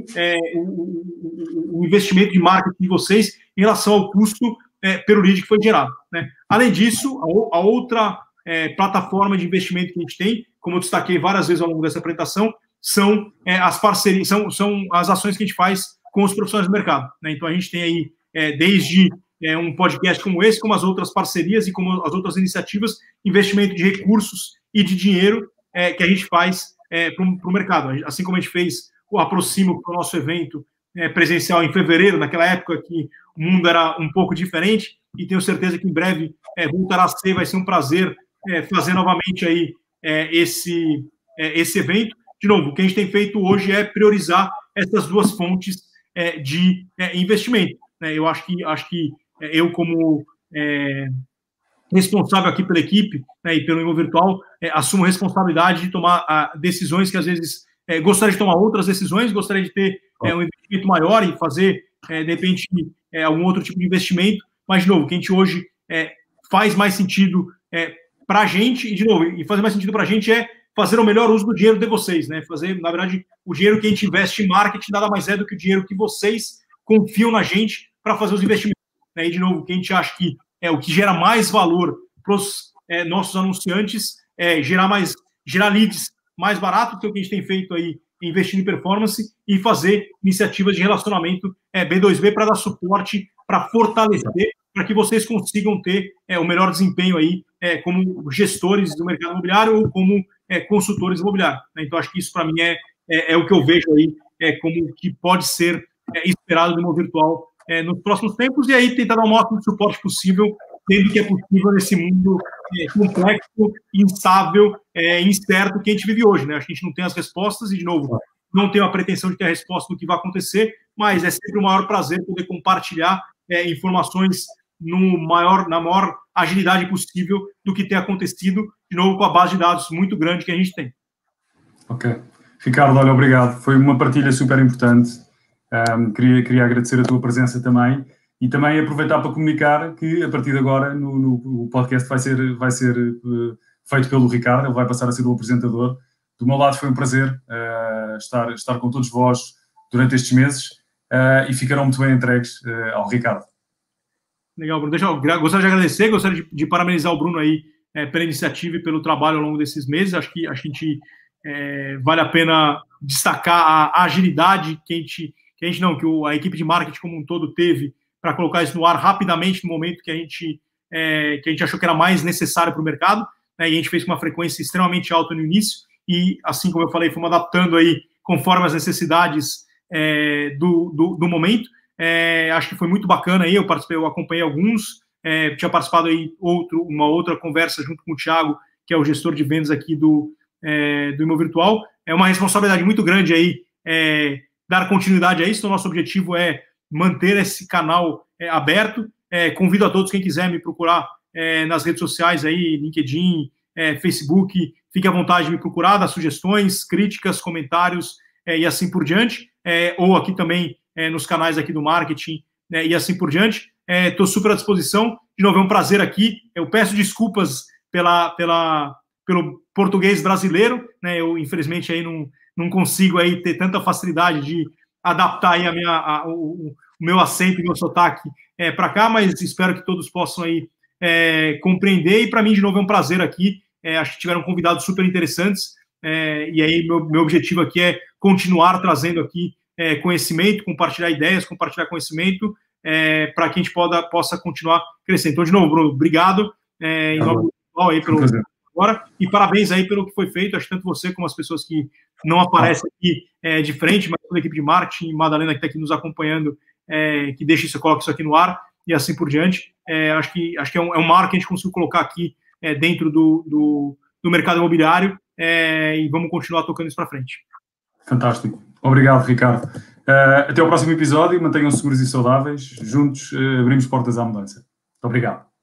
o investimento de marketing de vocês em relação ao custo pelo lead que foi gerado, né? Além disso, a outra plataforma de investimento que a gente tem, como eu destaquei várias vezes ao longo dessa apresentação, são as parcerias, são as ações que a gente faz com os profissionais do mercado, né? Então a gente tem aí desde um podcast como esse, como as outras parcerias e como as outras iniciativas, investimento de recursos e de dinheiro que a gente faz para o mercado. Assim como a gente fez o Aproximo, que é o nosso evento presencial em fevereiro, naquela época que o mundo era um pouco diferente, e tenho certeza que em breve voltará a ser, vai ser um prazer fazer novamente aí esse evento. De novo, o que a gente tem feito hoje é priorizar essas duas fontes de investimento, né? Eu acho que eu, como responsável aqui pela equipe, né, e pelo Immo Virtual, assumo a responsabilidade de tomar decisões que, às vezes, gostaria de tomar outras decisões, gostaria de ter um investimento maior e fazer, de repente, algum outro tipo de investimento, mas, de novo, o que a gente hoje faz mais sentido para a gente, e, de novo, e fazer mais sentido para a gente fazer o melhor uso do dinheiro de vocês, né? Fazer, na verdade, o dinheiro que a gente investe em marketing nada mais é do que o dinheiro que vocês confiam na gente para fazer os investimentos, né? E, de novo, o que a gente acha que o que gera mais valor para os nossos anunciantes gerar leads mais barato, que é o que a gente tem feito aí, investindo em performance e fazer iniciativas de relacionamento B2B para dar suporte, para fortalecer, para que vocês consigam ter o melhor desempenho aí como gestores do mercado imobiliário ou como consultores imobiliários, né? Então, acho que isso, para mim, é o que eu vejo aí como que pode ser esperado do Immo Virtual nos próximos tempos, e aí tentar dar o máximo de suporte possível, tendo que é possível nesse mundo complexo, instável, incerto que a gente vive hoje, né? Acho que a gente não tem as respostas e, de novo, não tenho a pretensão de ter a resposta do que vai acontecer, mas é sempre um maior prazer poder compartilhar informações na maior agilidade possível do que tem acontecido, de novo, com a base de dados muito grande que a gente tem. Ok. Ricardo, olha, obrigado. Foi uma partilha super importante. Queria agradecer a tua presença também e também aproveitar para comunicar que a partir de agora no podcast vai ser feito pelo Ricardo, ele vai passar a ser o apresentador. Do meu lado foi um prazer estar com todos vós durante estes meses e ficaram muito bem entregues ao Ricardo. Legal, Bruno. Gostaria de agradecer, gostaria de parabenizar o Bruno aí pela iniciativa e pelo trabalho ao longo desses meses. Acho que a gente vale a pena destacar a agilidade que a equipe de marketing como um todo teve para colocar isso no ar rapidamente no momento que a gente achou que era mais necessário para o mercado, né? E a gente fez com uma frequência extremamente alta no início e, assim como eu falei, fomos adaptando aí conforme as necessidades do momento. Acho que foi muito bacana aí, eu acompanhei alguns, tinha participado aí uma outra conversa junto com o Thiago, que é o gestor de vendas aqui do Immo Virtual. É uma responsabilidade muito grande aí dar continuidade a isso. Então, nosso objetivo é manter esse canal aberto. Convido a todos, quem quiser me procurar nas redes sociais aí, LinkedIn, Facebook, fique à vontade de me procurar, dar sugestões, críticas, comentários e assim por diante, ou aqui também nos canais aqui do marketing, e assim por diante. Estou super à disposição. De novo, é um prazer aqui. Eu peço desculpas pelo português brasileiro, né? Eu, infelizmente, aí não consigo aí ter tanta facilidade de adaptar aí o meu acento e meu sotaque para cá, mas espero que todos possam aí compreender. E para mim, de novo, é um prazer aqui. Acho que tiveram convidados super interessantes. E aí, meu objetivo aqui é continuar trazendo aqui conhecimento, compartilhar ideias, compartilhar conhecimento, para que a gente possa continuar crescendo. Então, de novo, Bruno, obrigado em nome do pessoal aí pelo agora, e parabéns aí pelo que foi feito. Acho que tanto você como as pessoas que não aparecem aqui de frente, mas toda a equipe de marketing, Madalena que está aqui nos acompanhando, que coloca isso aqui no ar e assim por diante. Acho que é um marco que a gente conseguiu colocar aqui dentro do mercado imobiliário, e vamos continuar tocando isso para frente. Fantástico. Obrigado, Ricardo. Até ao próximo episódio. Mantenham-se seguros e saudáveis. Juntos abrimos portas à mudança. Muito obrigado.